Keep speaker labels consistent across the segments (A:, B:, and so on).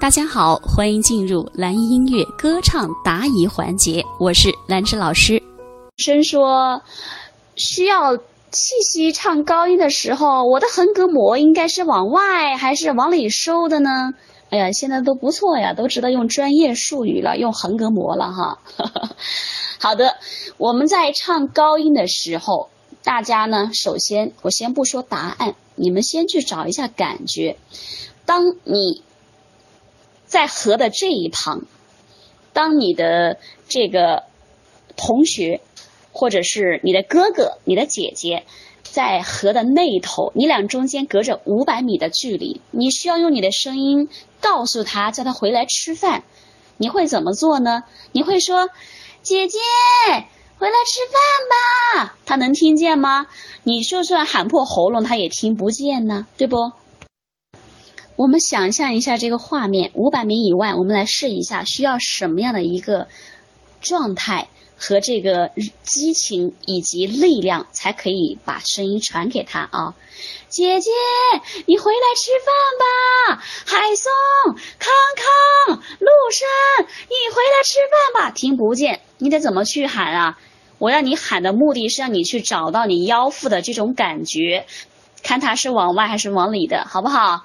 A: 大家好，欢迎进入蓝音音乐歌唱答疑环节，我是兰芝老师。
B: 生说需要气息唱高音的时候，我的横膈膜应该是往外还是往里收的呢？哎呀，现在都不错呀，都知道用专业术语了，用横膈膜了哈。好的，我们在唱高音的时候，大家呢，首先我先不说答案，你们先去找一下感觉。当你在河的这一旁，当你的这个同学或者是你的哥哥你的姐姐在河的那一头，你俩中间隔着500米的距离，你需要用你的声音告诉他，叫他回来吃饭，你会怎么做呢？你会说姐姐回来吃饭吧，他能听见吗？你就算喊破喉咙他也听不见呢，对不？我们想象一下这个画面，500米以外，我们来试一下，需要什么样的一个状态和这个激情以及力量才可以把声音传给他啊！姐姐，你回来吃饭吧，海松、康康、陆生，你回来吃饭吧。听不见，你得怎么去喊啊？我让你喊的目的是让你去找到你腰腹的这种感觉，看它是往外还是往里的，好不好？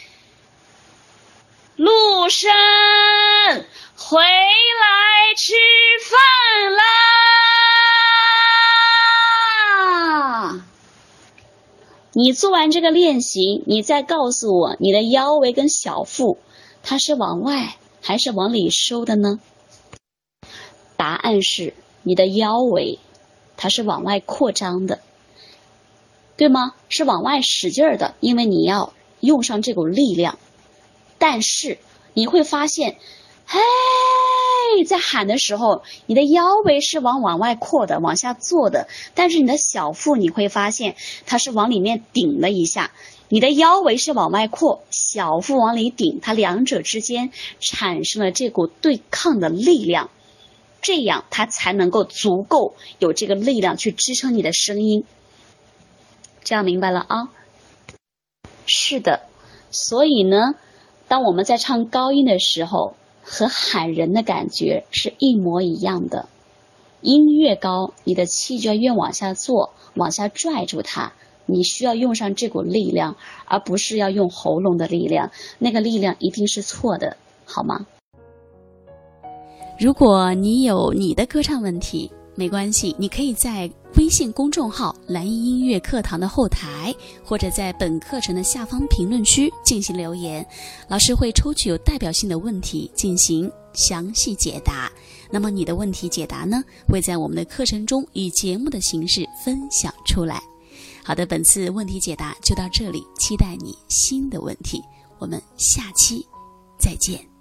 B: 陆生，回来吃饭啦！你做完这个练习，你再告诉我你的腰围跟小腹它是往外还是往里收的呢？答案是你的腰围它是往外扩张的，对吗？是往外使劲的，因为你要用上这股力量。但是你会发现，嘿，在喊的时候，你的腰围是往外扩的，往下做的，但是你的小腹你会发现它是往里面顶了一下，你的腰围是往外扩，小腹往里顶，它两者之间产生了这股对抗的力量，这样它才能够足够有这个力量去支撑你的声音。这样明白了啊？是的，所以呢，当我们在唱高音的时候，和喊人的感觉是一模一样的。音越高，你的气就要越往下做，往下拽住它。你需要用上这股力量，而不是要用喉咙的力量，那个力量一定是错的，好吗？
A: 如果你有你的歌唱问题，没关系，你可以在微信公众号蓝音音乐课堂的后台，或者在本课程的下方评论区进行留言，老师会抽取有代表性的问题进行详细解答。那么你的问题解答呢，会在我们的课程中以节目的形式分享出来。好的，本次问题解答就到这里，期待你新的问题，我们下期再见。